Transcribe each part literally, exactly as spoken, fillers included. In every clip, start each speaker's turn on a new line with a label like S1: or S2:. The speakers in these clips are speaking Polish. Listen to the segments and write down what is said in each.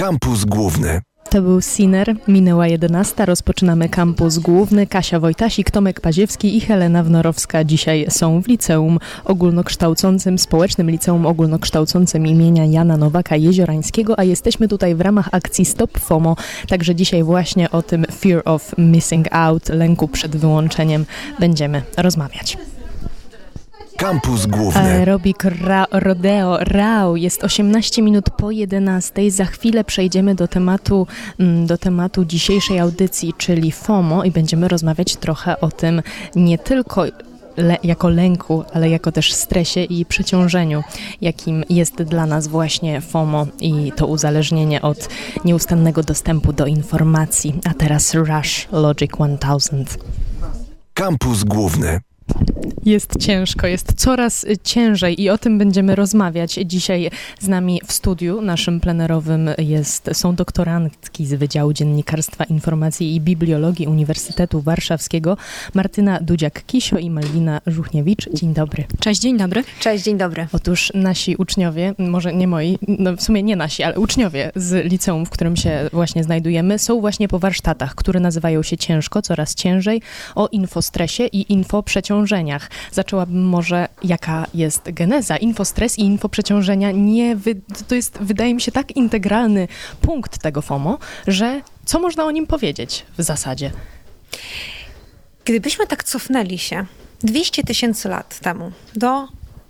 S1: Kampus Główny.
S2: To był Sinner, minęła jedenasta, rozpoczynamy kampus główny. Kasia Wojtasik, Tomek Paziewski i Helena Wnorowska dzisiaj są w liceum ogólnokształcącym, społecznym liceum ogólnokształcącym imienia Jana Nowaka Jeziorańskiego, a jesteśmy tutaj w ramach akcji Stop FOMO, także dzisiaj właśnie o tym Fear of Missing Out, lęku przed wyłączeniem będziemy rozmawiać.
S1: Kampus Główny.
S2: Aerobik ra- Rodeo Rau. Jest osiemnaście minut po jedenastej. Za chwilę przejdziemy do tematu, do tematu dzisiejszej audycji, czyli FOMO, i będziemy rozmawiać trochę o tym nie tylko le- jako lęku, ale jako też stresie i przeciążeniu, jakim jest dla nas właśnie FOMO i to uzależnienie od nieustannego dostępu do informacji. A teraz Rush Logic tysiąc.
S1: Kampus Główny.
S2: Jest ciężko, jest coraz ciężej i o tym będziemy rozmawiać. Dzisiaj z nami w studiu naszym plenerowym jest, są doktorantki z Wydziału Dziennikarstwa, Informacji i Bibliologii Uniwersytetu Warszawskiego, Martyna Dudziak-Kisio i Malwina Żuchniewicz. Dzień dobry.
S3: Cześć, dzień dobry.
S4: Cześć, dzień dobry.
S2: Otóż nasi uczniowie, może nie moi, no w sumie nie nasi, ale uczniowie z liceum, w którym się właśnie znajdujemy, są właśnie po warsztatach, które nazywają się Ciężko, coraz ciężej, o infostresie i infoprzeciążeniach. Zaczęłabym może, jaka jest geneza. Infostres i infoprzeciążenia nie wy, to jest, wydaje mi się, tak integralny punkt tego FOMO, że co można o nim powiedzieć w zasadzie?
S4: Gdybyśmy tak cofnęli się dwieście tysięcy lat temu do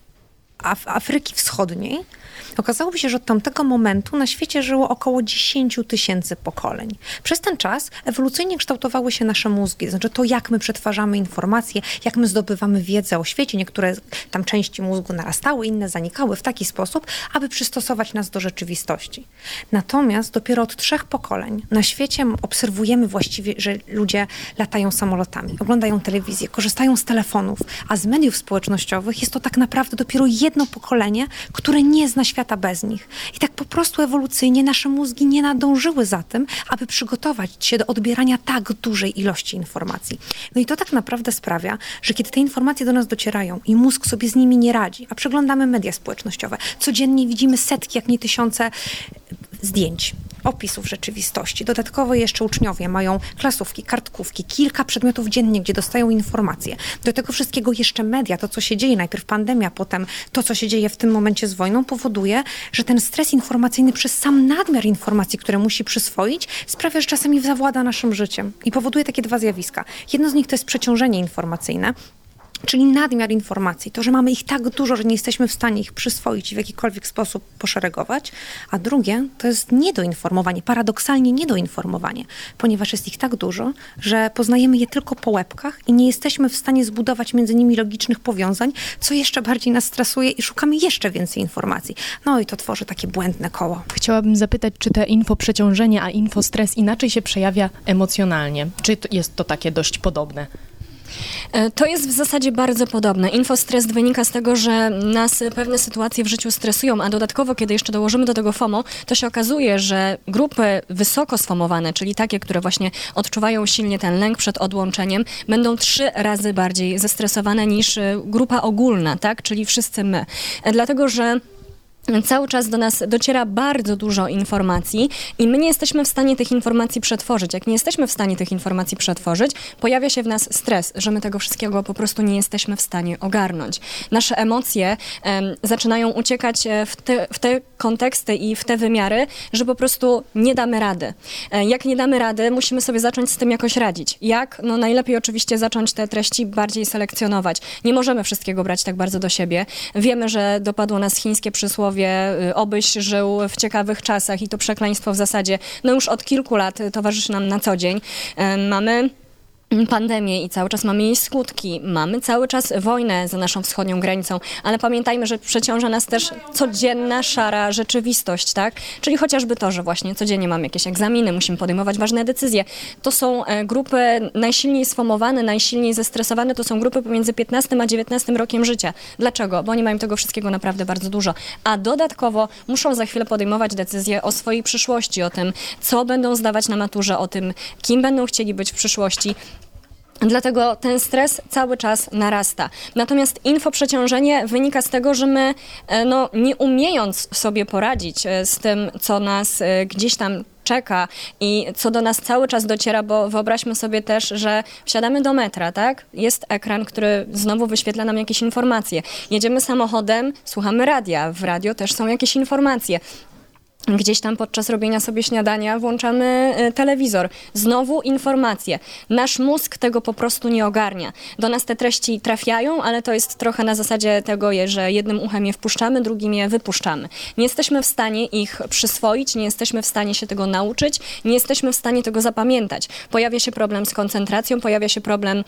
S4: Af- Afryki Wschodniej, okazałoby się, że od tamtego momentu na świecie żyło około dziesięć tysięcy pokoleń. Przez ten czas ewolucyjnie kształtowały się nasze mózgi, to znaczy to, jak my przetwarzamy informacje, jak my zdobywamy wiedzę o świecie. Niektóre tam części mózgu narastały, inne zanikały w taki sposób, aby przystosować nas do rzeczywistości. Natomiast dopiero od trzech pokoleń na świecie obserwujemy właściwie, że ludzie latają samolotami, oglądają telewizję, korzystają z telefonów, a z mediów społecznościowych jest to tak naprawdę dopiero jedno pokolenie, które nie zna świata bez nich. I tak po prostu ewolucyjnie nasze mózgi nie nadążyły za tym, aby przygotować się do odbierania tak dużej ilości informacji. No i to tak naprawdę sprawia, że kiedy te informacje do nas docierają i mózg sobie z nimi nie radzi, a przeglądamy media społecznościowe, codziennie widzimy setki, jak nie tysiące zdjęć, opisów rzeczywistości. Dodatkowo jeszcze uczniowie mają klasówki, kartkówki, kilka przedmiotów dziennie, gdzie dostają informacje. Do tego wszystkiego jeszcze media, to co się dzieje, najpierw pandemia, potem to, co się dzieje w tym momencie z wojną, powoduje, że ten stres informacyjny przez sam nadmiar informacji, które musi przyswoić, sprawia, że czasami zawłada naszym życiem i powoduje takie dwa zjawiska. Jedno z nich to jest przeciążenie informacyjne, czyli nadmiar informacji, to, że mamy ich tak dużo, że nie jesteśmy w stanie ich przyswoić i w jakikolwiek sposób poszeregować, a drugie to jest niedoinformowanie, paradoksalnie niedoinformowanie, ponieważ jest ich tak dużo, że poznajemy je tylko po łebkach i nie jesteśmy w stanie zbudować między nimi logicznych powiązań, co jeszcze bardziej nas stresuje i szukamy jeszcze więcej informacji. No i to tworzy takie błędne koło.
S2: Chciałabym zapytać, czy te infoprzeciążenie, a infostres inaczej się przejawia emocjonalnie? Czy to jest to takie dość podobne?
S3: To jest w zasadzie bardzo podobne. Infostres wynika z tego, że nas pewne sytuacje w życiu stresują, a dodatkowo, kiedy jeszcze dołożymy do tego FOMO, to się okazuje, że grupy wysoko sfomowane, czyli takie, które właśnie odczuwają silnie ten lęk przed odłączeniem, będą trzy razy bardziej zestresowane niż grupa ogólna, tak? Czyli wszyscy my. Dlatego, że cały czas do nas dociera bardzo dużo informacji i my nie jesteśmy w stanie tych informacji przetworzyć. Jak nie jesteśmy w stanie tych informacji przetworzyć, pojawia się w nas stres, że my tego wszystkiego po prostu nie jesteśmy w stanie ogarnąć. Nasze emocje um, zaczynają uciekać w te, w te konteksty i w te wymiary, że po prostu nie damy rady. Jak nie damy rady, musimy sobie zacząć z tym jakoś radzić. Jak? No najlepiej oczywiście zacząć te treści bardziej selekcjonować. Nie możemy wszystkiego brać tak bardzo do siebie. Wiemy, że dopadło nas chińskie przysłowie, obyś żył w ciekawych czasach i to przekleństwo w zasadzie no już od kilku lat towarzyszy nam na co dzień. Mamy pandemię i cały czas mamy jej skutki. Mamy cały czas wojnę za naszą wschodnią granicą, ale pamiętajmy, że przeciąża nas też codzienna, szara rzeczywistość, tak? Czyli chociażby to, że właśnie codziennie mamy jakieś egzaminy, musimy podejmować ważne decyzje. To są grupy najsilniej sfomowane, najsilniej zestresowane, to są grupy pomiędzy piętnastym a dziewiętnastym rokiem życia. Dlaczego? Bo oni mają tego wszystkiego naprawdę bardzo dużo. A dodatkowo muszą za chwilę podejmować decyzje o swojej przyszłości, o tym, co będą zdawać na maturze, o tym, kim będą chcieli być w przyszłości. Dlatego ten stres cały czas narasta. Natomiast infoprzeciążenie wynika z tego, że my, no, nie umiejąc sobie poradzić z tym, co nas gdzieś tam czeka i co do nas cały czas dociera, bo wyobraźmy sobie też, że wsiadamy do metra, tak? Jest ekran, który znowu wyświetla nam jakieś informacje. Jedziemy samochodem, słuchamy radia. W radio też są jakieś informacje. Gdzieś tam podczas robienia sobie śniadania włączamy y, telewizor. Znowu informacje. Nasz mózg tego po prostu nie ogarnia. Do nas te treści trafiają, ale to jest trochę na zasadzie tego, że jednym uchem je wpuszczamy, drugim je wypuszczamy. Nie jesteśmy w stanie ich przyswoić, nie jesteśmy w stanie się tego nauczyć, nie jesteśmy w stanie tego zapamiętać. Pojawia się problem z koncentracją, pojawia się problem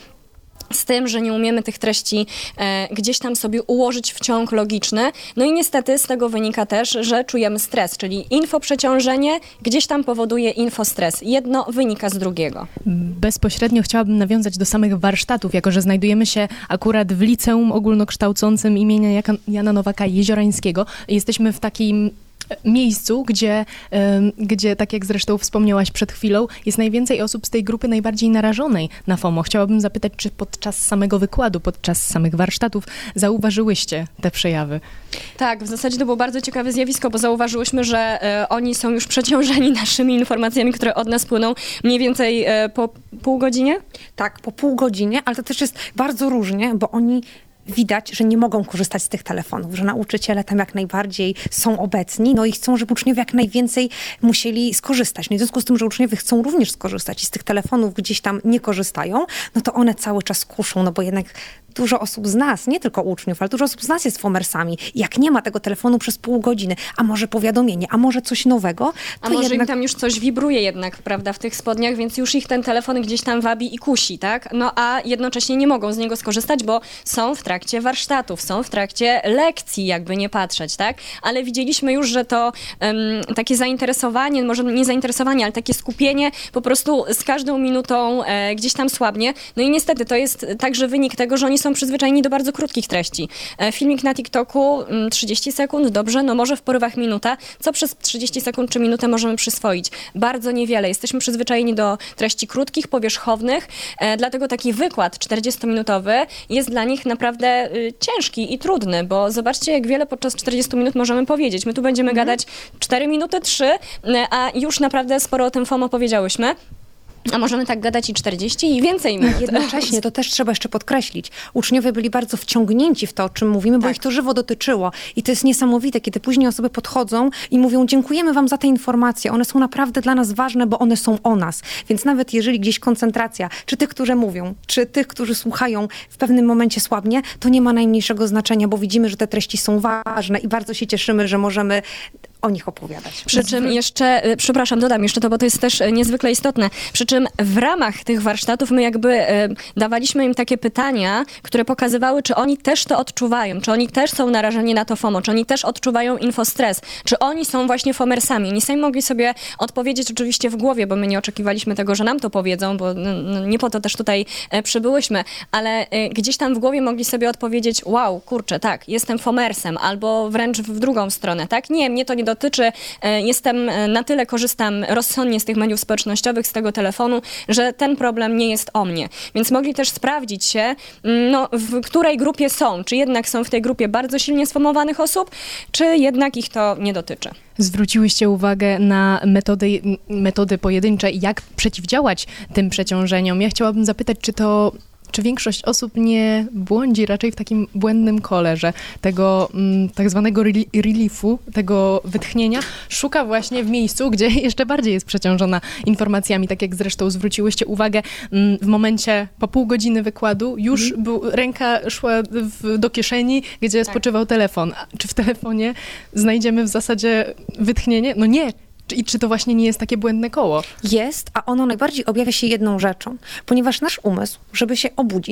S3: z tym, że nie umiemy tych treści e, gdzieś tam sobie ułożyć w ciąg logiczny. No i niestety z tego wynika też, że czujemy stres, czyli infoprzeciążenie gdzieś tam powoduje infostres. Jedno wynika z drugiego.
S2: Bezpośrednio chciałabym nawiązać do samych warsztatów, jako że znajdujemy się akurat w liceum ogólnokształcącym imienia Jaka, Jana Nowaka Jeziorańskiego. Jesteśmy w takim miejscu, gdzie, gdzie, tak jak zresztą wspomniałaś przed chwilą, jest najwięcej osób z tej grupy najbardziej narażonej na FOMO. Chciałabym zapytać, czy podczas samego wykładu, podczas samych warsztatów zauważyłyście te przejawy?
S3: Tak, w zasadzie to było bardzo ciekawe zjawisko, bo zauważyłyśmy, że e, oni są już przeciążeni naszymi informacjami, które od nas płyną mniej więcej e, po pół godzinie?
S4: Tak, po pół godzinie, ale to też jest bardzo różnie, bo oni widać, że nie mogą korzystać z tych telefonów, że nauczyciele tam jak najbardziej są obecni, no i chcą, żeby uczniowie jak najwięcej musieli skorzystać. No i w związku z tym, że uczniowie chcą również skorzystać i z tych telefonów gdzieś tam nie korzystają, no to one cały czas kuszą, no bo jednak dużo osób z nas, nie tylko uczniów, ale dużo osób z nas jest fomersami. Jak nie ma tego telefonu przez pół godziny, a może powiadomienie, a może coś nowego, to
S3: a może
S4: jednak...
S3: im tam już coś wibruje jednak, prawda, w tych spodniach, więc już ich ten telefon gdzieś tam wabi i kusi, tak? No a jednocześnie nie mogą z niego skorzystać, bo są w trakcie warsztatów, są w trakcie lekcji, jakby nie patrzeć, tak? Ale widzieliśmy już, że to um, takie zainteresowanie, może nie zainteresowanie, ale takie skupienie po prostu z każdą minutą e, gdzieś tam słabnie. No i niestety to jest także wynik tego, że oni są przyzwyczajeni do bardzo krótkich treści. E, filmik na TikToku trzydzieści sekund, dobrze, no może w porywach minuta. Co przez trzydzieści sekund czy minutę możemy przyswoić? Bardzo niewiele. Jesteśmy przyzwyczajeni do treści krótkich, powierzchownych, e, dlatego taki wykład czterdziestominutowy jest dla nich naprawdę y, ciężki i trudny, bo zobaczcie, jak wiele podczas czterdziestu minut możemy powiedzieć. My tu będziemy mm. gadać cztery minuty, trzy, a już naprawdę sporo o tym FOMO powiedziałyśmy. A możemy tak gadać i czterdzieści i więcej minut.
S4: Jednocześnie, to też trzeba jeszcze podkreślić, uczniowie byli bardzo wciągnięci w to, o czym mówimy, bo
S3: tak.
S4: ich to żywo dotyczyło. I to jest niesamowite, kiedy później osoby podchodzą i mówią, dziękujemy wam za te informacje, one są naprawdę dla nas ważne, bo one są o nas. Więc nawet jeżeli gdzieś koncentracja, czy tych, którzy mówią, czy tych, którzy słuchają, w pewnym momencie słabnie, to nie ma najmniejszego znaczenia, bo widzimy, że te treści są ważne i bardzo się cieszymy, że możemy o nich opowiadać.
S3: Przy czym jeszcze, przepraszam, dodam jeszcze to, bo to jest też niezwykle istotne, przy czym w ramach tych warsztatów my jakby e, dawaliśmy im takie pytania, które pokazywały, czy oni też to odczuwają, czy oni też są narażeni na to FOMO, czy oni też odczuwają infostres, czy oni są właśnie fomersami. Nie sami mogli sobie odpowiedzieć oczywiście w głowie, bo my nie oczekiwaliśmy tego, że nam to powiedzą, bo no, nie po to też tutaj e, przybyłyśmy, ale e, gdzieś tam w głowie mogli sobie odpowiedzieć, wow, kurczę, tak, jestem fomersem, albo wręcz w drugą stronę, tak? Nie, mnie to nie dotyczy, jestem na tyle, korzystam rozsądnie z tych mediów społecznościowych, z tego telefonu, że ten problem nie jest o mnie. Więc mogli też sprawdzić się, no, w której grupie są. Czy jednak są w tej grupie bardzo silnie sfomowanych osób, czy jednak ich to nie dotyczy.
S2: Zwróciłyście uwagę na metody, metody pojedyncze i jak przeciwdziałać tym przeciążeniom. Ja chciałabym zapytać, czy to Czy większość osób nie błądzi raczej w takim błędnym kole, że tego m, tak zwanego reliefu, tego wytchnienia szuka właśnie w miejscu, gdzie jeszcze bardziej jest przeciążona informacjami, tak jak zresztą zwróciłyście uwagę m, w momencie po pół godziny wykładu już mm. był, ręka szła w, do kieszeni, gdzie tak. spoczywał telefon. A czy w telefonie znajdziemy w zasadzie wytchnienie? No nie. I czy to właśnie nie jest takie błędne koło?
S4: Jest, a ono najbardziej objawia się jedną rzeczą. Ponieważ nasz umysł, żeby się obudzić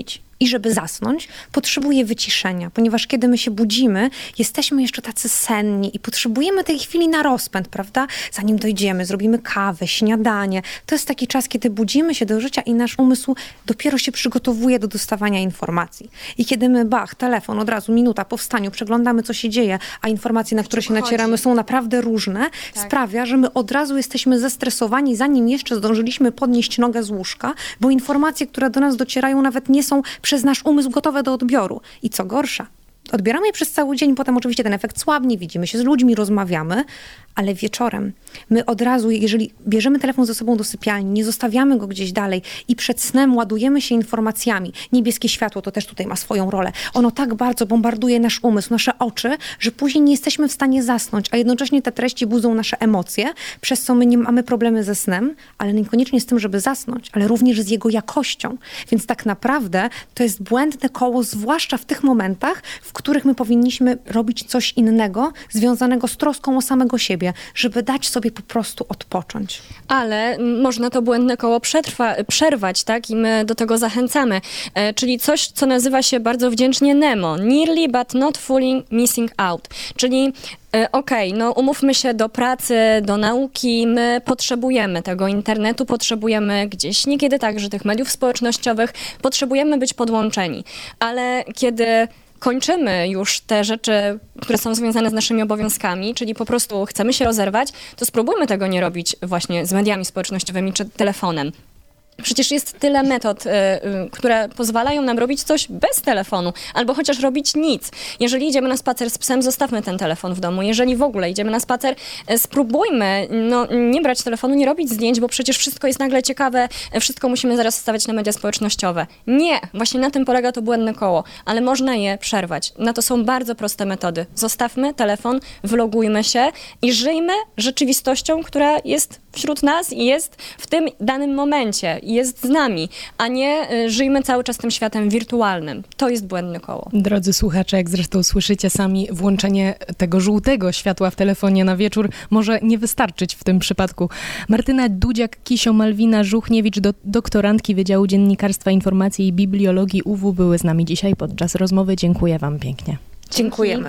S4: i żeby zasnąć, potrzebuje wyciszenia, ponieważ kiedy my się budzimy, jesteśmy jeszcze tacy senni i potrzebujemy tej chwili na rozpęd, prawda? Zanim dojdziemy, zrobimy kawę, śniadanie. To jest taki czas, kiedy budzimy się do życia i nasz umysł dopiero się przygotowuje do dostawania informacji. I kiedy my, bach, telefon, od razu minuta po wstaniu, przeglądamy, co się dzieje, a informacje, na które się nacieramy, są naprawdę różne, tak. sprawia, że my od razu jesteśmy zestresowani, zanim jeszcze zdążyliśmy podnieść nogę z łóżka, bo informacje, które do nas docierają, nawet nie są przez nasz umysł gotowe do odbioru. I co gorsza, odbieramy je przez cały dzień, potem oczywiście ten efekt słabnie, widzimy się z ludźmi, rozmawiamy, ale wieczorem my od razu, jeżeli bierzemy telefon ze sobą do sypialni, nie zostawiamy go gdzieś dalej i przed snem ładujemy się informacjami. Niebieskie światło to też tutaj ma swoją rolę. Ono tak bardzo bombarduje nasz umysł, nasze oczy, że później nie jesteśmy w stanie zasnąć, a jednocześnie te treści budzą nasze emocje, przez co my nie mamy problemy ze snem, ale niekoniecznie z tym, żeby zasnąć, ale również z jego jakością. Więc tak naprawdę to jest błędne koło, zwłaszcza w tych momentach, w których my powinniśmy robić coś innego, związanego z troską o samego siebie, żeby dać sobie po prostu odpocząć.
S3: Ale można to błędne koło przetrwa, przerwać, tak? I my do tego zachęcamy. E, czyli coś, co nazywa się bardzo wdzięcznie NEMO. Nearly but not fully missing out. Czyli e, okej, okay, no umówmy się, do pracy, do nauki, my potrzebujemy tego internetu, potrzebujemy gdzieś niekiedy także tych mediów społecznościowych, potrzebujemy być podłączeni. Ale kiedy kończymy już te rzeczy, które są związane z naszymi obowiązkami, czyli po prostu chcemy się rozerwać, to spróbujmy tego nie robić właśnie z mediami społecznościowymi czy telefonem. Przecież jest tyle metod, y, y, które pozwalają nam robić coś bez telefonu, albo chociaż robić nic. Jeżeli idziemy na spacer z psem, zostawmy ten telefon w domu. Jeżeli w ogóle idziemy na spacer, y, spróbujmy no, nie brać telefonu, nie robić zdjęć, bo przecież wszystko jest nagle ciekawe, y, wszystko musimy zaraz wstawiać na media społecznościowe. Nie, właśnie na tym polega to błędne koło, ale można je przerwać. Na to są bardzo proste metody. Zostawmy telefon, vlogujmy się i żyjmy rzeczywistością, która jest wśród nas i jest w tym danym momencie. Jest z nami, a nie y, żyjmy cały czas tym światem wirtualnym. To jest błędne koło.
S2: Drodzy słuchacze, jak zresztą słyszycie sami, włączenie tego żółtego światła w telefonie na wieczór może nie wystarczyć w tym przypadku. Martyna Dudziak-Kisio, Malwina Żuchniewicz, do, doktorantki Wydziału Dziennikarstwa, Informacji i Bibliologii U W były z nami dzisiaj podczas rozmowy. Dziękuję wam pięknie.
S4: Dziękujemy.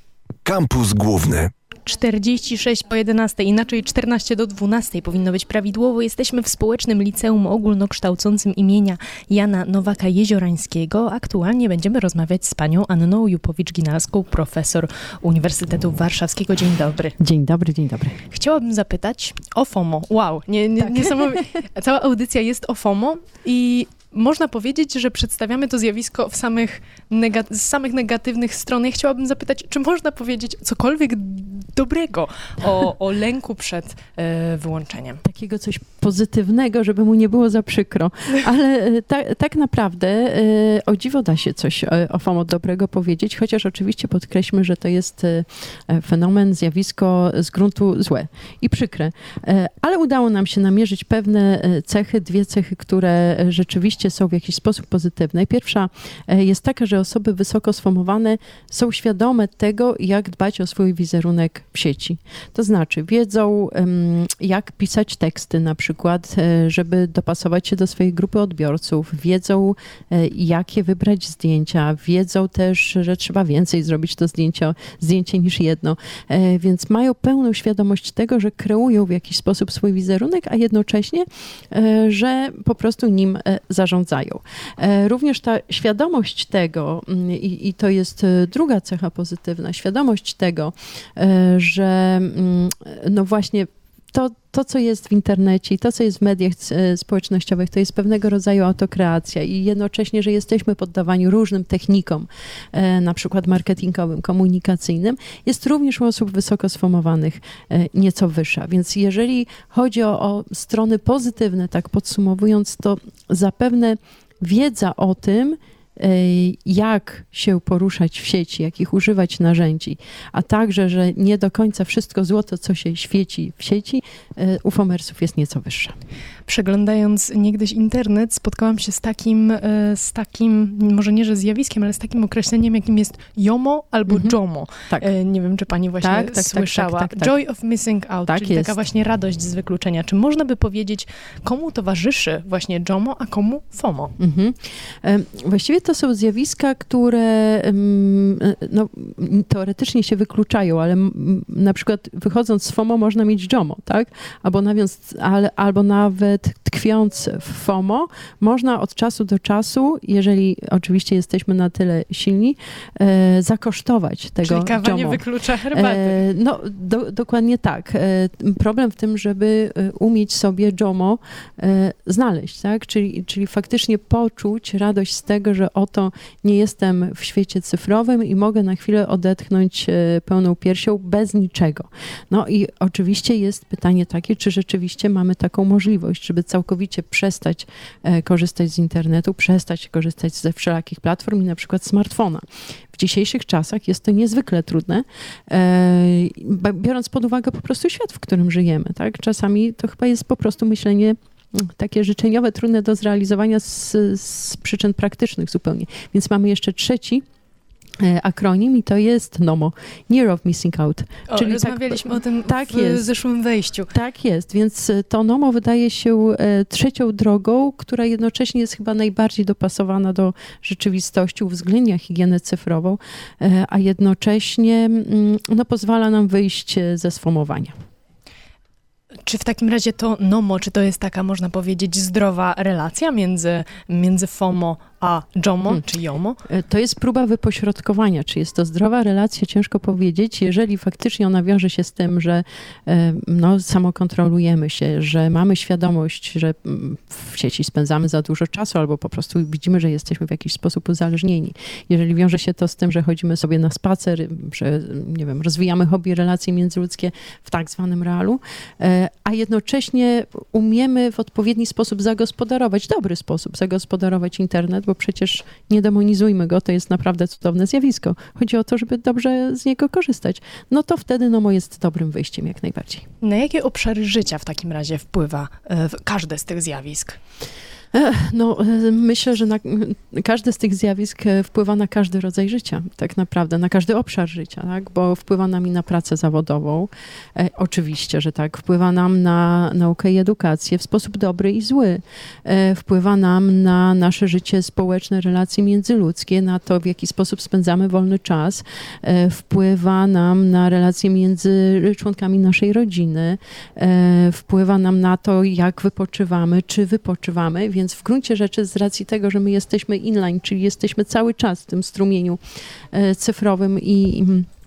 S1: Kampus Główny.
S2: czterdzieści sześć po jedenastej, inaczej czternaście do dwunastej powinno być prawidłowo. Jesteśmy w Społecznym Liceum Ogólnokształcącym imienia Jana Nowaka-Jeziorańskiego. Aktualnie będziemy rozmawiać z panią Anną Jupowicz-Ginalską, profesor Uniwersytetu Warszawskiego. Dzień dobry.
S5: Dzień dobry, dzień dobry.
S2: Chciałabym zapytać o FOMO. Wow, nie, nie, tak. niesamowicie. Cała audycja jest o FOMO i można powiedzieć, że przedstawiamy to zjawisko w samych nega- z samych negatywnych stron. Ja chciałabym zapytać, czy można powiedzieć cokolwiek dobrego o, o lęku przed e, wyłączeniem?
S5: Takiego coś pozytywnego, żeby mu nie było za przykro. Ale ta, tak naprawdę e, o dziwo da się coś o FOMO dobrego powiedzieć, chociaż oczywiście podkreślmy, że to jest e, fenomen, zjawisko z gruntu złe i przykre. E, ale udało nam się namierzyć pewne cechy, dwie cechy, które rzeczywiście są w jakiś sposób pozytywne. Pierwsza jest taka, że osoby wysoko sfomowane są świadome tego, jak dbać o swój wizerunek w sieci. To znaczy wiedzą, jak pisać teksty na przykład, żeby dopasować się do swojej grupy odbiorców. Wiedzą, jakie wybrać zdjęcia. Wiedzą też, że trzeba więcej zrobić to zdjęcie, zdjęcie niż jedno. Więc mają pełną świadomość tego, że kreują w jakiś sposób swój wizerunek, a jednocześnie, że po prostu nim zarządzają. Również ta świadomość tego, i, i to jest druga cecha pozytywna, świadomość tego, że no właśnie to, to, co jest w internecie i to, co jest w mediach społecznościowych, to jest pewnego rodzaju autokreacja i jednocześnie, że jesteśmy poddawani różnym technikom, na przykład marketingowym, komunikacyjnym, jest również u osób wysoko sfomowanych nieco wyższa. Więc jeżeli chodzi o, o strony pozytywne, tak podsumowując, to zapewne wiedza o tym, jak się poruszać w sieci, jakich używać narzędzi, a także, że nie do końca wszystko złoto, co się świeci w sieci, u fomersów jest nieco wyższa.
S2: Przeglądając niegdyś internet, spotkałam się z takim, z takim, może nie że zjawiskiem, ale z takim określeniem, jakim jest JOMO albo mm-hmm. JOMO. Tak. Nie wiem, czy pani właśnie
S5: tak, tak,
S2: słyszała.
S5: Tak, tak, tak,
S2: Joy of missing out,
S5: tak
S2: czyli
S5: jest.
S2: Taka właśnie radość z wykluczenia. Czy można by powiedzieć, komu towarzyszy właśnie JOMO, a komu FOMO?
S5: Mm-hmm. Właściwie właściwie to są zjawiska, które no, teoretycznie się wykluczają, ale na przykład wychodząc z FOMO można mieć JOMO, tak? Albo, nawiąz, ale, albo nawet tkwiąc w FOMO można od czasu do czasu, jeżeli oczywiście jesteśmy na tyle silni, e, zakosztować tego
S2: Czyli kawa
S5: JOMO.
S2: nie wyklucza herbaty.
S5: E, no, do, dokładnie tak. E, problem w tym, żeby umieć sobie JOMO e, znaleźć, tak? Czyli, czyli faktycznie poczuć radość z tego, że oto nie jestem w świecie cyfrowym i mogę na chwilę odetchnąć e, pełną piersią bez niczego. No i oczywiście jest pytanie takie, czy rzeczywiście mamy taką możliwość, żeby całkowicie przestać e, korzystać z internetu, przestać korzystać ze wszelakich platform i na przykład smartfona. W dzisiejszych czasach jest to niezwykle trudne, e, biorąc pod uwagę po prostu świat, w którym żyjemy, tak? Czasami to chyba jest po prostu myślenie takie życzeniowe, trudne do zrealizowania z, z przyczyn praktycznych zupełnie. Więc mamy jeszcze trzeci akronim i to jest NOMO, Near of Missing Out.
S2: O,
S5: Czyli
S2: rozmawialiśmy
S5: tak,
S2: o tym
S5: tak
S2: w
S5: jest.
S2: zeszłym wejściu.
S5: Tak jest, więc to NOMO wydaje się trzecią drogą, która jednocześnie jest chyba najbardziej dopasowana do rzeczywistości, uwzględnia higienę cyfrową, a jednocześnie no, pozwala nam wyjść ze sfomowania.
S2: Czy w takim razie to NOMO, czy to jest taka, można powiedzieć, zdrowa relacja między, między FOMO a JOMO, hmm. czy JOMO?
S5: To jest próba wypośrodkowania. Czy jest to zdrowa relacja? Ciężko powiedzieć. Jeżeli faktycznie ona wiąże się z tym, że no, samokontrolujemy się, że mamy świadomość, że w sieci spędzamy za dużo czasu albo po prostu widzimy, że jesteśmy w jakiś sposób uzależnieni. Jeżeli wiąże się to z tym, że chodzimy sobie na spacer, że nie wiem, rozwijamy hobby, relacje międzyludzkie w tak zwanym realu, a jednocześnie umiemy w odpowiedni sposób zagospodarować, dobry sposób zagospodarować internet, bo przecież nie demonizujmy go, to jest naprawdę cudowne zjawisko. Chodzi o to, żeby dobrze z niego korzystać. No to wtedy NOMO jest dobrym wyjściem jak najbardziej.
S2: Na jakie obszary życia w takim razie wpływa każde z tych zjawisk?
S5: No, myślę, że na, każde z tych zjawisk wpływa na każdy rodzaj życia, tak naprawdę, na każdy obszar życia, tak? Bo wpływa nam i na pracę zawodową, e, oczywiście, że tak, wpływa nam na naukę i edukację w sposób dobry i zły, e, wpływa nam na nasze życie społeczne, relacje międzyludzkie, na to, w jaki sposób spędzamy wolny czas, e, wpływa nam na relacje między członkami naszej rodziny, e, wpływa nam na to, jak wypoczywamy, czy wypoczywamy, więc Więc w gruncie rzeczy z racji tego, że my jesteśmy inline, czyli jesteśmy cały czas w tym strumieniu cyfrowym i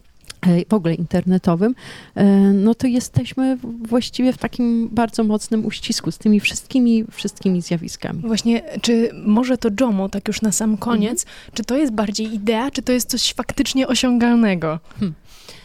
S5: w ogóle internetowym, no to jesteśmy właściwie w takim bardzo mocnym uścisku z tymi wszystkimi, wszystkimi zjawiskami.
S2: Właśnie, czy może to JOMO, tak już na sam koniec, mhm. czy to jest bardziej idea, czy to jest coś faktycznie osiągalnego? Hmm.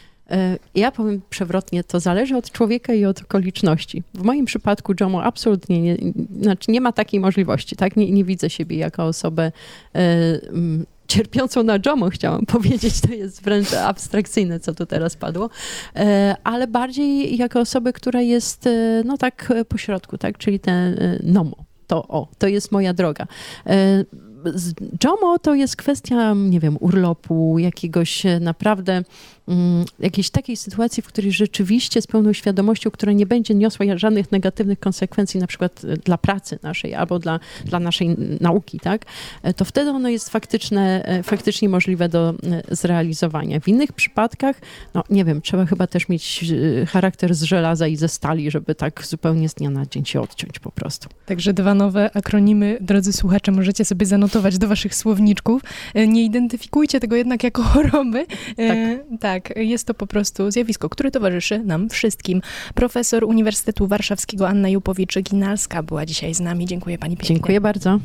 S5: Ja powiem przewrotnie, to zależy od człowieka i od okoliczności. W moim przypadku JOMO absolutnie nie, znaczy nie ma takiej możliwości, tak? Nie, nie widzę siebie jako osobę e, cierpiącą na JOMO, chciałam powiedzieć, to jest wręcz abstrakcyjne, co tu teraz padło, e, ale bardziej jako osobę, która jest e, no tak po środku, tak? Czyli ten e, NOMO. To, o, to jest moja droga. E, JOMO to jest kwestia, nie wiem, urlopu, jakiegoś naprawdę, um, jakiejś takiej sytuacji, w której rzeczywiście z pełną świadomością, która nie będzie niosła żadnych negatywnych konsekwencji, na przykład dla pracy naszej albo dla, dla naszej nauki, tak? To wtedy ono jest faktyczne, faktycznie możliwe do zrealizowania. W innych przypadkach, no nie wiem, trzeba chyba też mieć charakter z żelaza i ze stali, żeby tak zupełnie z dnia na dzień się odciąć po prostu.
S2: Także dwa nowe akronimy, drodzy słuchacze, możecie sobie zanotować do waszych słowniczków. Nie identyfikujcie tego jednak jako choroby. Tak. E, tak, jest to po prostu zjawisko, które towarzyszy nam wszystkim. Profesor Uniwersytetu Warszawskiego Anna Jupowicz-Ginalska była dzisiaj z nami. Dziękuję pani pięknie.
S5: Dziękuję bardzo.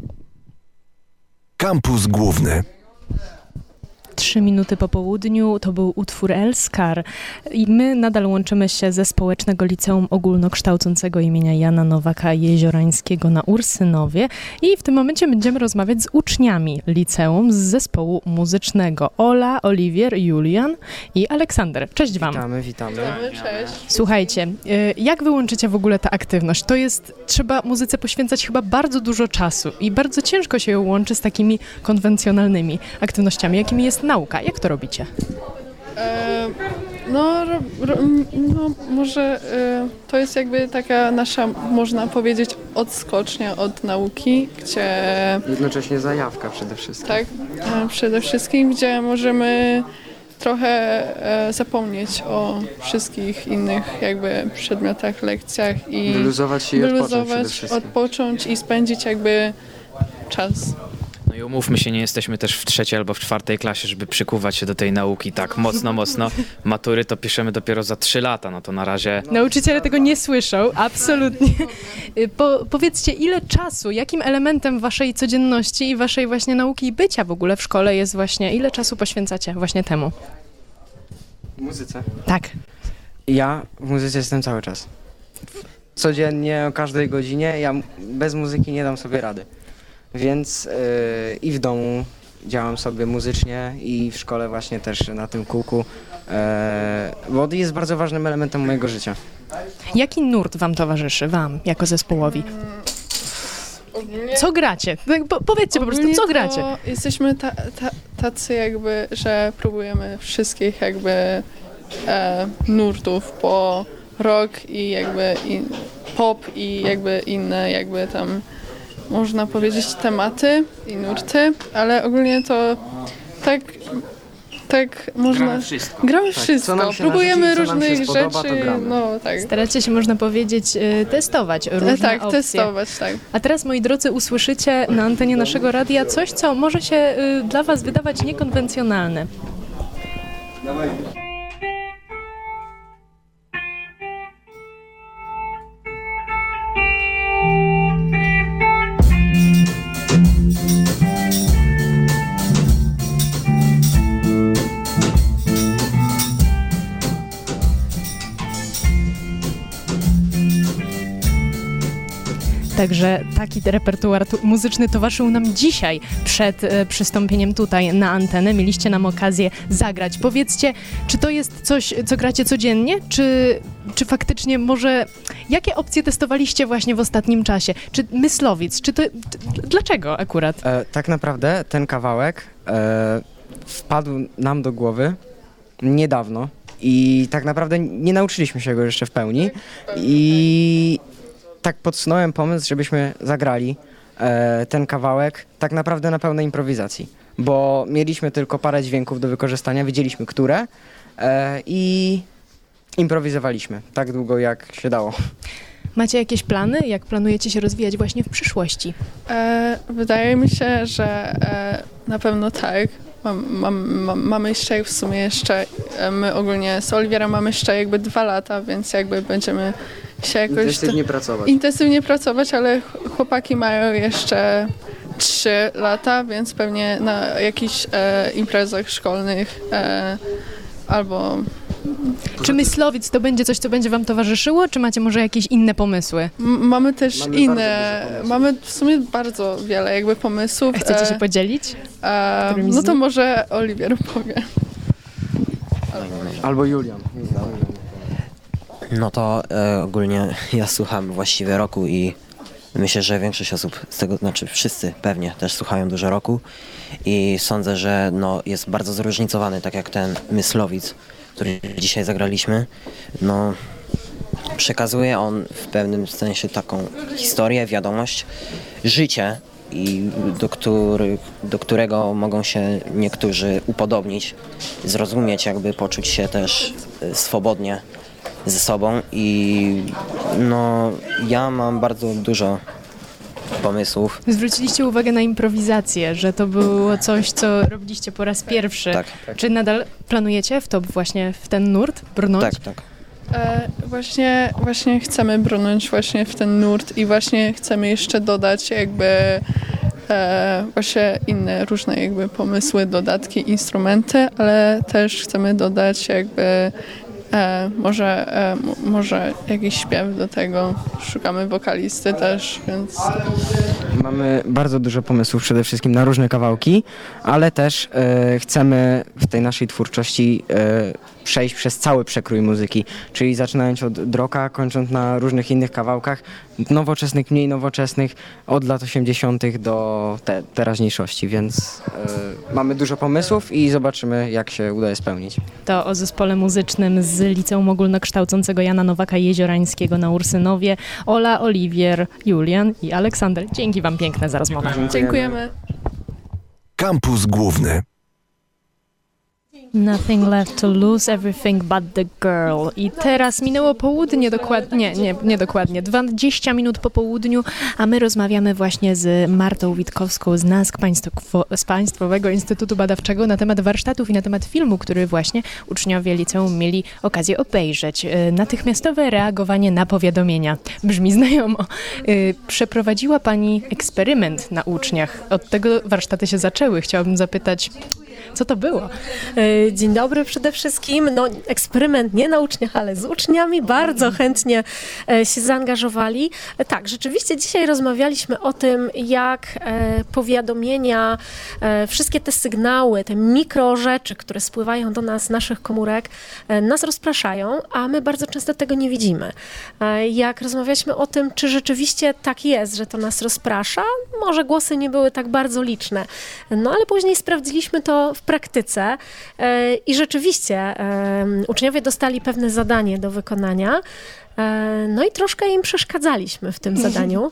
S1: Kampus Główny.
S2: Trzy minuty po południu to był utwór Elskar i my nadal łączymy się ze Społecznego Liceum Ogólnokształcącego imienia Jana Nowaka Jeziorańskiego na Ursynowie i w tym momencie będziemy rozmawiać z uczniami liceum z zespołu muzycznego. Ola, Oliwier, Julian i Aleksander. Cześć wam.
S6: Witamy, witamy.
S7: Witamy, cześć.
S2: Słuchajcie, jak wy łączycie w ogóle tę aktywność? To jest, trzeba muzyce poświęcać chyba bardzo dużo czasu i bardzo ciężko się ją łączy z takimi konwencjonalnymi aktywnościami, jakimi jest nauka. Jak to robicie?
S7: E, no, ro, ro, no, może e, to jest jakby taka nasza, można powiedzieć, odskocznia od nauki, gdzie
S6: Jednocześnie zajawka przede wszystkim.
S7: tak, e, przede wszystkim, gdzie możemy trochę e, zapomnieć o wszystkich innych jakby przedmiotach, lekcjach i
S6: Wyluzować się i odpocząć przede
S7: wyluzować,
S6: wszystkim.
S7: odpocząć i spędzić jakby czas.
S8: No i umówmy się, nie jesteśmy też w trzeciej albo w czwartej klasie, żeby przykuwać się do tej nauki tak mocno, mocno. Matury to piszemy dopiero za trzy lata, no to na razie...
S2: Nauczyciele tego nie słyszą, absolutnie. Po, powiedzcie, ile czasu, jakim elementem waszej codzienności i waszej właśnie nauki i bycia w ogóle w szkole jest właśnie, ile czasu poświęcacie właśnie temu?
S6: Muzyce.
S2: Tak.
S6: Ja w muzyce jestem cały czas. Codziennie, o każdej godzinie. Ja bez muzyki nie dam sobie rady. Więc yy, i w domu działam sobie muzycznie i w szkole właśnie też na tym kółku, yy, bo jest bardzo ważnym elementem mojego życia.
S2: Jaki nurt wam towarzyszy, wam, jako zespołowi? Co gracie? Tak, po, powiedzcie po prostu,
S7: Ogólnie
S2: co
S7: to
S2: gracie?
S7: Jesteśmy ta, ta, tacy jakby, że próbujemy wszystkich jakby e, nurtów po rock i jakby i pop i jakby inne jakby tam można powiedzieć tematy i nurty, ale ogólnie to tak tak można...
S8: Gramy wszystko.
S7: Gramy
S6: Tak,
S7: wszystko,
S6: co nam się
S7: próbujemy
S6: narzuci, co nam się
S7: różnych
S6: spodoba, to
S7: rzeczy,
S6: gramy.
S7: no tak.
S2: Staracie się, można powiedzieć, y, testować różne
S7: E, tak,
S2: opcje.
S7: testować, tak.
S2: A teraz, moi drodzy, usłyszycie na antenie naszego radia coś, co może się y, dla was wydawać niekonwencjonalne. Także taki repertuar tu- muzyczny towarzyszył nam dzisiaj przed e, przystąpieniem tutaj na antenę. Mieliście nam okazję zagrać. Powiedzcie, czy to jest coś, co gracie codziennie, czy, czy faktycznie może... Jakie opcje testowaliście właśnie w ostatnim czasie? Czy Myslowic? Czy to... d- Dlaczego akurat?
S6: E, tak naprawdę ten kawałek e, wpadł nam do głowy niedawno i tak naprawdę nie nauczyliśmy się go jeszcze w pełni i tak podsunąłem pomysł, żebyśmy zagrali e, ten kawałek tak naprawdę na pełnej improwizacji, bo mieliśmy tylko parę dźwięków do wykorzystania, wiedzieliśmy które e, i improwizowaliśmy tak długo jak się dało.
S2: Macie jakieś plany? Jak planujecie się rozwijać właśnie w przyszłości?
S7: E, wydaje mi się, że e, na pewno tak. Mam, mam, mam, mamy jeszcze w sumie jeszcze, e, my ogólnie z Oliwierem mamy jeszcze jakby dwa lata, więc jakby będziemy się jakoś...
S6: Intensywnie pracować.
S7: intensywnie pracować, ale ch- chłopaki mają jeszcze trzy lata, więc pewnie na jakichś e, imprezach szkolnych e, albo...
S2: Czy Myslowic to będzie coś, co będzie wam towarzyszyło, czy macie może jakieś inne pomysły?
S7: M- mamy też
S6: Mamy
S7: inne,
S6: bardzo dużo pomysłów.
S7: mamy w sumie bardzo wiele jakby pomysłów.
S2: Chcecie się
S7: e,
S2: podzielić?
S7: e,
S2: którymi z
S7: no to
S2: nich?
S7: może Oliwier powie.
S6: Albo Julian.
S9: No to e, ogólnie ja słucham właściwie roku i myślę, że większość osób z tego, znaczy wszyscy pewnie też słuchają dużo roku i sądzę, że no, jest bardzo zróżnicowany, tak jak ten Myslowic, który dzisiaj zagraliśmy. No, przekazuje on w pewnym sensie taką historię, wiadomość, życie i do, który, do którego mogą się niektórzy upodobnić, zrozumieć, jakby poczuć się też e, swobodnie ze sobą i no ja mam bardzo dużo pomysłów.
S2: Zwróciliście uwagę na improwizację, że to było coś, co robiliście po raz pierwszy.
S9: Tak,
S2: Czy nadal planujecie w to właśnie, w ten nurt brnąć?
S9: tak, tak.
S7: E, właśnie, właśnie chcemy brnąć właśnie w ten nurt i właśnie chcemy jeszcze dodać jakby e, właśnie inne różne jakby pomysły, dodatki, instrumenty, ale też chcemy dodać jakby e, może, e, m- może jakiś śpiew do tego. Szukamy wokalisty też, więc
S6: Mamy bardzo dużo pomysłów przede wszystkim na różne kawałki, ale też e, chcemy w tej naszej twórczości e, przejść przez cały przekrój muzyki, czyli zaczynając od rocka, kończąc na różnych innych kawałkach, nowoczesnych, mniej nowoczesnych, od lat osiemdziesiątych do te, teraźniejszości, więc e, mamy dużo pomysłów i zobaczymy, jak się uda je spełnić.
S2: To o zespole muzycznym z Liceum Ogólnokształcącego Jana Nowaka Jeziorańskiego na Ursynowie, Ola, Oliwier, Julian i Aleksander. Dzięki wam piękne za rozmowę.
S7: Dziękujemy.
S1: Kampus Główny.
S2: Nothing left to lose, everything but the girl. I teraz minęło południe, dokładnie, nie, nie, nie dokładnie, dwadzieścia minut po południu, a my rozmawiamy właśnie z Martą Witkowską z NASK, Państwo, z Państwowego Instytutu Badawczego na temat warsztatów i na temat filmu, który właśnie uczniowie liceum mieli okazję obejrzeć. Natychmiastowe reagowanie na powiadomienia. Brzmi znajomo. Przeprowadziła Pani eksperyment na uczniach. Od tego warsztaty się zaczęły. Chciałabym zapytać, co to było?
S10: Dzień dobry przede wszystkim. No, eksperyment nie na uczniach, ale z uczniami. Bardzo chętnie się zaangażowali. Tak, rzeczywiście dzisiaj rozmawialiśmy o tym, jak powiadomienia, wszystkie te sygnały, te mikro rzeczy, które spływają do nas z naszych komórek, nas rozpraszają, a my bardzo często tego nie widzimy. Jak rozmawialiśmy o tym, czy rzeczywiście tak jest, że to nas rozprasza, może głosy nie były tak bardzo liczne. No ale później sprawdziliśmy to w praktyce i rzeczywiście uczniowie dostali pewne zadanie do wykonania. No i troszkę im przeszkadzaliśmy w tym zadaniu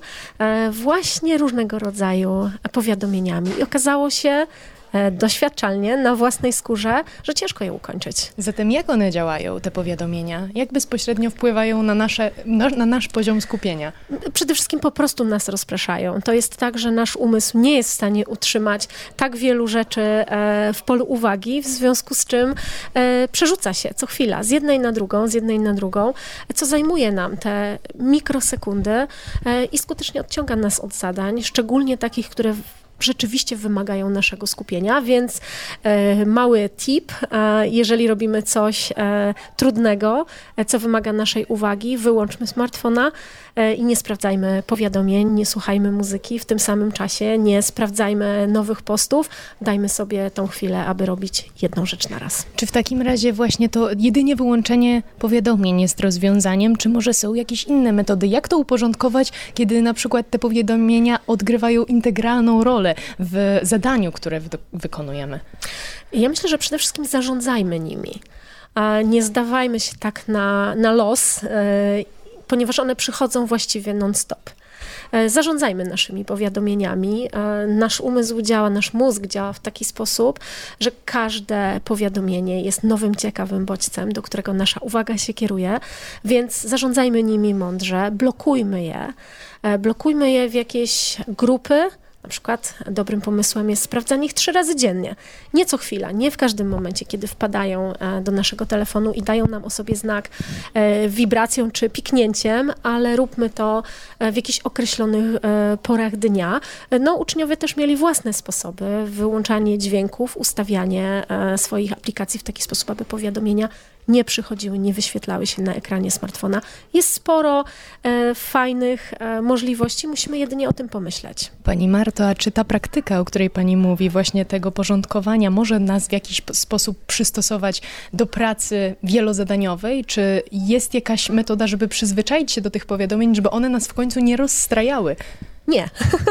S10: właśnie różnego rodzaju powiadomieniami. I okazało się doświadczalnie, na własnej skórze, że ciężko je ukończyć.
S2: Zatem jak one działają, te powiadomienia? Jak bezpośrednio wpływają na, nasze, na, na nasz poziom skupienia?
S10: Przede wszystkim po prostu nas rozpraszają. To jest tak, że nasz umysł nie jest w stanie utrzymać tak wielu rzeczy w polu uwagi, w związku z czym przerzuca się co chwila z jednej na drugą, z jednej na drugą, co zajmuje nam te mikrosekundy i skutecznie odciąga nas od zadań, szczególnie takich, które rzeczywiście wymagają naszego skupienia, więc e, mały tip, e, jeżeli robimy coś e, trudnego, e, co wymaga naszej uwagi, wyłączmy smartfona e, i nie sprawdzajmy powiadomień, nie słuchajmy muzyki w tym samym czasie, nie sprawdzajmy nowych postów, dajmy sobie tą chwilę, aby robić jedną rzecz na raz.
S2: Czy w takim razie właśnie to jedynie wyłączenie powiadomień jest rozwiązaniem, czy może są jakieś inne metody? Jak to uporządkować, kiedy na przykład te powiadomienia odgrywają integralną rolę w zadaniu, które wy- wykonujemy?
S10: Ja myślę, że przede wszystkim zarządzajmy nimi. Nie zdawajmy się tak na, na los, ponieważ one przychodzą właściwie non-stop. Zarządzajmy naszymi powiadomieniami. Nasz umysł działa, nasz mózg działa w taki sposób, że każde powiadomienie jest nowym, ciekawym bodźcem, do którego nasza uwaga się kieruje, więc zarządzajmy nimi mądrze, blokujmy je, blokujmy je w jakieś grupy. Na przykład dobrym pomysłem jest sprawdzanie ich trzy razy dziennie. Nie co chwila, nie w każdym momencie, kiedy wpadają do naszego telefonu i dają nam o sobie znak wibracją czy piknięciem, ale róbmy to w jakichś określonych porach dnia. No, uczniowie też mieli własne sposoby, wyłączanie dźwięków, ustawianie swoich aplikacji w taki sposób, aby powiadomienia nie przychodziły, nie wyświetlały się na ekranie smartfona. Jest sporo e, fajnych e, możliwości, musimy jedynie o tym pomyśleć.
S2: Pani Marto, a czy ta praktyka, o której Pani mówi, właśnie tego porządkowania, może nas w jakiś sposób przystosować do pracy wielozadaniowej? Czy jest jakaś metoda, żeby przyzwyczaić się do tych powiadomień, żeby one nas w końcu nie rozstrajały?
S10: Nie.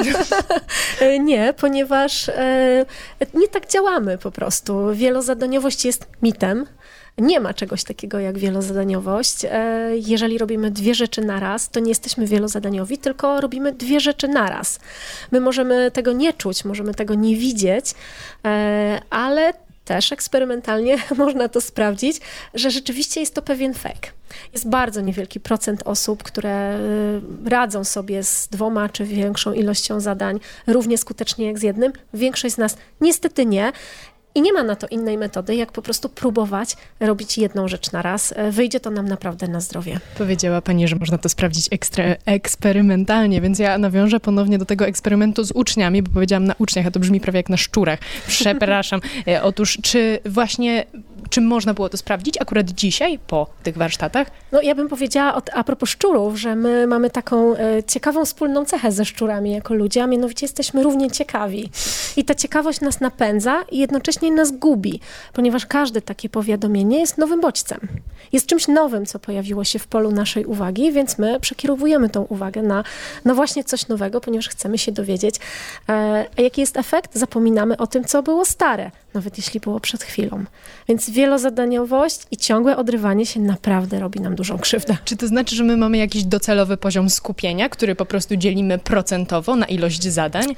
S10: Nie, ponieważ e, nie tak działamy po prostu. Wielozadaniowość jest mitem. Nie ma czegoś takiego jak wielozadaniowość. Jeżeli robimy dwie rzeczy naraz, to nie jesteśmy wielozadaniowi, tylko robimy dwie rzeczy naraz. My możemy tego nie czuć, możemy tego nie widzieć, ale też eksperymentalnie można to sprawdzić, że rzeczywiście jest to pewien fake. Jest bardzo niewielki procent osób, które radzą sobie z dwoma czy większą ilością zadań równie skutecznie jak z jednym. Większość z nas niestety nie. I nie ma na to innej metody, jak po prostu próbować robić jedną rzecz na raz. Wyjdzie to nam naprawdę na zdrowie.
S2: Powiedziała Pani, że można to sprawdzić ekstra, eksperymentalnie, więc ja nawiążę ponownie do tego eksperymentu z uczniami, bo powiedziałam na uczniach, a to brzmi prawie jak na szczurach. Przepraszam. Otóż, czy właśnie czy można było to sprawdzić akurat dzisiaj po tych warsztatach?
S10: No ja bym powiedziała od, a propos szczurów, że my mamy taką e, ciekawą wspólną cechę ze szczurami jako ludzie, a mianowicie jesteśmy równie ciekawi. I ta ciekawość nas napędza i jednocześnie nas gubi, ponieważ każde takie powiadomienie jest nowym bodźcem. Jest czymś nowym, co pojawiło się w polu naszej uwagi, więc my przekierowujemy tą uwagę na, na właśnie coś nowego, ponieważ chcemy się dowiedzieć. E, a jaki jest efekt? Zapominamy o tym, co było stare, nawet jeśli było przed chwilą. Więc wielozadaniowość i ciągłe odrywanie się naprawdę robi nam dużą krzywdę.
S2: Czy to znaczy, że my mamy jakiś docelowy poziom skupienia, który po prostu dzielimy procentowo na ilość zadań?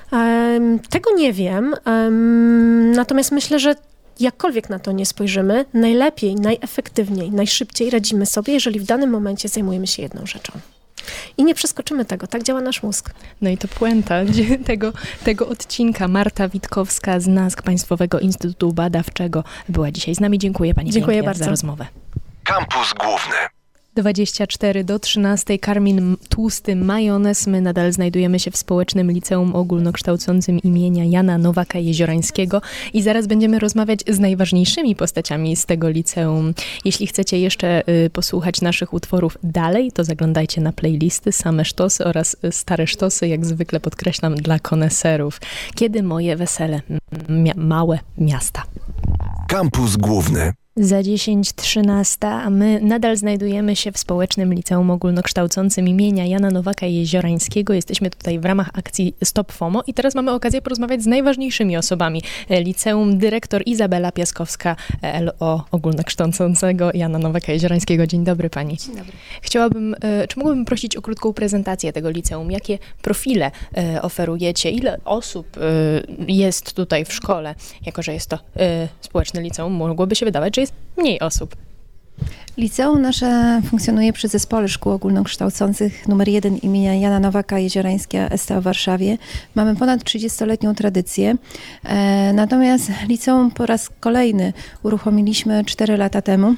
S10: Um, tego nie wiem, um, natomiast myślę, że jakkolwiek na to nie spojrzymy, najlepiej, najefektywniej, najszybciej radzimy sobie, jeżeli w danym momencie zajmujemy się jedną rzeczą. I nie przeskoczymy tego, tak działa nasz mózg.
S2: No i to puenta tego, tego odcinka. Marta Witkowska z N A S K, Państwowego Instytutu Badawczego, była dzisiaj z nami. Dziękuję Pani
S10: Dziękuję
S2: pięknie
S10: bardzo
S2: za rozmowę.
S1: Kampus Główny.
S2: dwadzieścia cztery do trzynastej. Karmin Tłusty Majonez. My nadal znajdujemy się w Społecznym Liceum Ogólnokształcącym imienia Jana Nowaka Jeziorańskiego i zaraz będziemy rozmawiać z najważniejszymi postaciami z tego liceum. Jeśli chcecie jeszcze y, posłuchać naszych utworów dalej, to zaglądajcie na playlisty Same Sztosy oraz Stare Sztosy, jak zwykle podkreślam, dla koneserów. Kiedy moje wesele? Mia- małe miasta.
S1: Kampus Główny.
S2: Za dziesięć trzynaście, a my nadal znajdujemy się w Społecznym Liceum Ogólnokształcącym imienia Jana Nowaka Jeziorańskiego. Jesteśmy tutaj w ramach akcji Stop FOMO i teraz mamy okazję porozmawiać z najważniejszymi osobami liceum. Dyrektor Izabela Piaskowska, L O Ogólnokształcącego Jana Nowaka Jeziorańskiego. Dzień dobry Pani.
S11: Dzień dobry.
S2: Chciałabym, czy mogłabym prosić o krótką prezentację tego liceum? Jakie profile oferujecie? Ile osób jest tutaj w szkole? Jako że jest to Społeczne Liceum, mogłoby się wydawać, że jest mniej osób.
S11: Liceum nasze funkcjonuje przy Zespole Szkół Ogólnokształcących numer jeden imienia Jana Nowaka Jeziorańskiego S T A w Warszawie. Mamy ponad trzydziestoletnią tradycję. E, natomiast liceum po raz kolejny uruchomiliśmy cztery lata temu.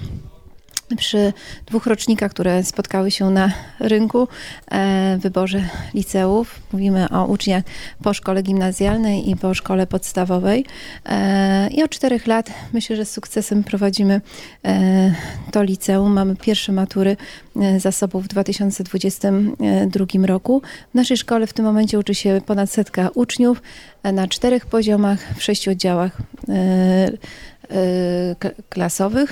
S11: Przy dwóch rocznikach, które spotkały się na rynku e, w wyborze liceów. Mówimy o uczniach po szkole gimnazjalnej i po szkole podstawowej. E, I od czterech lat myślę, że z sukcesem prowadzimy e, to liceum. Mamy pierwsze matury e, za sobą w dwa tysiące dwudziestym drugim roku. W naszej szkole w tym momencie uczy się ponad setka uczniów e, na czterech poziomach, w sześciu oddziałach e, e, klasowych.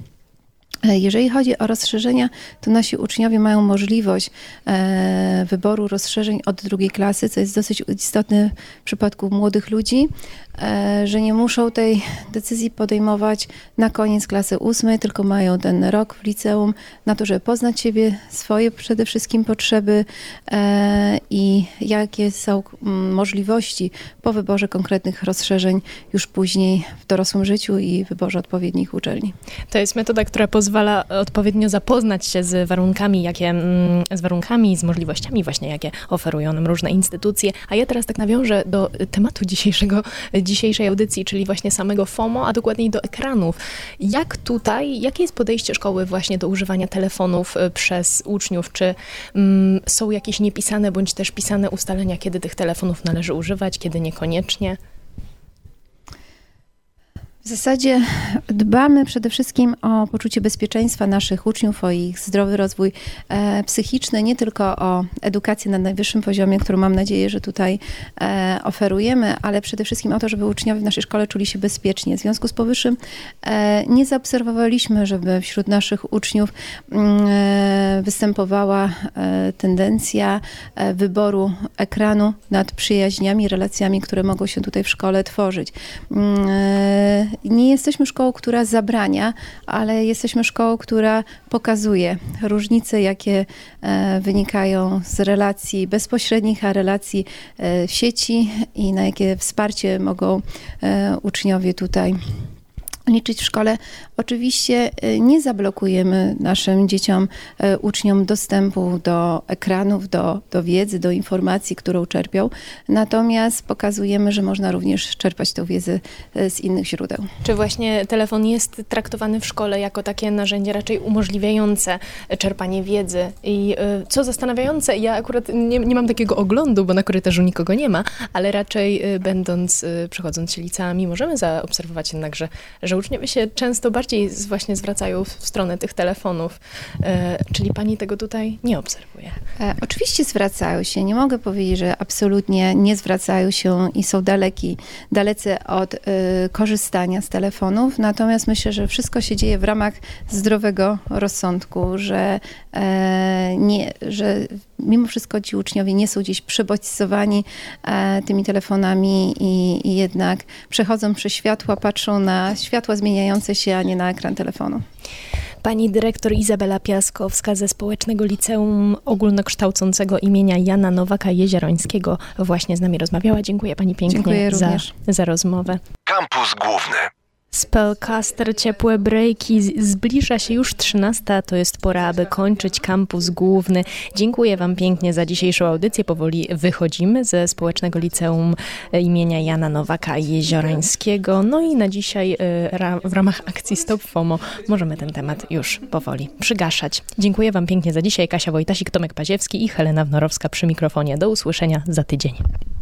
S11: Jeżeli chodzi o rozszerzenia, to nasi uczniowie mają możliwość e, wyboru rozszerzeń od drugiej klasy, co jest dosyć istotne w przypadku młodych ludzi, e, że nie muszą tej decyzji podejmować na koniec klasy ósmej, tylko mają ten rok w liceum na to, żeby poznać siebie, swoje przede wszystkim potrzeby e, i jakie są możliwości po wyborze konkretnych rozszerzeń już później w dorosłym życiu i wyborze odpowiednich uczelni.
S2: To jest metoda, która pozwala pozwala odpowiednio zapoznać się z warunkami, jakie, z warunkami, z możliwościami właśnie, jakie oferują nam różne instytucje. A ja teraz tak nawiążę do tematu dzisiejszego, dzisiejszej audycji, czyli właśnie samego FOMO, a dokładniej do ekranów. Jak tutaj, jakie jest podejście szkoły właśnie do używania telefonów przez uczniów? Czy mm, są jakieś niepisane bądź też pisane ustalenia, kiedy tych telefonów należy używać, kiedy niekoniecznie?
S11: W zasadzie dbamy przede wszystkim o poczucie bezpieczeństwa naszych uczniów, o ich zdrowy rozwój e, psychiczny, nie tylko o edukację na najwyższym poziomie, którą mam nadzieję, że tutaj e, oferujemy, ale przede wszystkim o to, żeby uczniowie w naszej szkole czuli się bezpiecznie. W związku z powyższym e, nie zaobserwowaliśmy, żeby wśród naszych uczniów e, występowała e, tendencja e, wyboru ekranu nad przyjaźniami, relacjami, które mogą się tutaj w szkole tworzyć. E, Nie jesteśmy szkołą, która zabrania, ale jesteśmy szkołą, która pokazuje różnice, jakie e, wynikają z relacji bezpośrednich, a relacji e, w sieci i na jakie wsparcie mogą e, uczniowie tutaj liczyć w szkole. Oczywiście nie zablokujemy naszym dzieciom, uczniom dostępu do ekranów, do, do wiedzy, do informacji, którą czerpią. Natomiast pokazujemy, że można również czerpać tę wiedzę z innych źródeł.
S2: Czy właśnie telefon jest traktowany w szkole jako takie narzędzie raczej umożliwiające czerpanie wiedzy? I co zastanawiające, ja akurat nie, nie mam takiego oglądu, bo na korytarzu nikogo nie ma, ale raczej będąc, przechodząc się liceami, możemy zaobserwować jednak, że, że uczniowie się często bardziej z- właśnie zwracają w stronę tych telefonów, e, czyli pani tego tutaj nie obserwuje.
S11: E, oczywiście zwracają się. Nie mogę powiedzieć, że absolutnie nie zwracają się i są daleki, dalecy od y, korzystania z telefonów. Natomiast myślę, że wszystko się dzieje w ramach zdrowego rozsądku, że, e, nie, że mimo wszystko ci uczniowie nie są gdzieś przebodźcowani e, tymi telefonami i, i jednak przechodzą przez światła, patrzą na światła zmieniające się, a nie na ekran telefonu.
S2: Pani dyrektor Izabela Piaskowska ze Społecznego Liceum Ogólnokształcącego imienia Jana Nowaka Jeziorańskiego właśnie z nami rozmawiała. Dziękuję pani pięknie
S11: Dziękuję
S2: za,
S11: również.
S2: za rozmowę.
S1: Kampus Główny.
S2: Spellcaster, ciepłe breaki, z- zbliża się już trzynasta, to jest pora, aby kończyć kampus główny. Dziękuję wam pięknie za dzisiejszą audycję. Powoli wychodzimy ze Społecznego Liceum imienia Jana Nowaka Jeziorańskiego. No i na dzisiaj y, ra, w ramach akcji Stop FOMO możemy ten temat już powoli przygaszać. Dziękuję wam pięknie za dzisiaj. Kasia Wojtasik, Tomek Paziewski i Helena Wnorowska przy mikrofonie. Do usłyszenia za tydzień.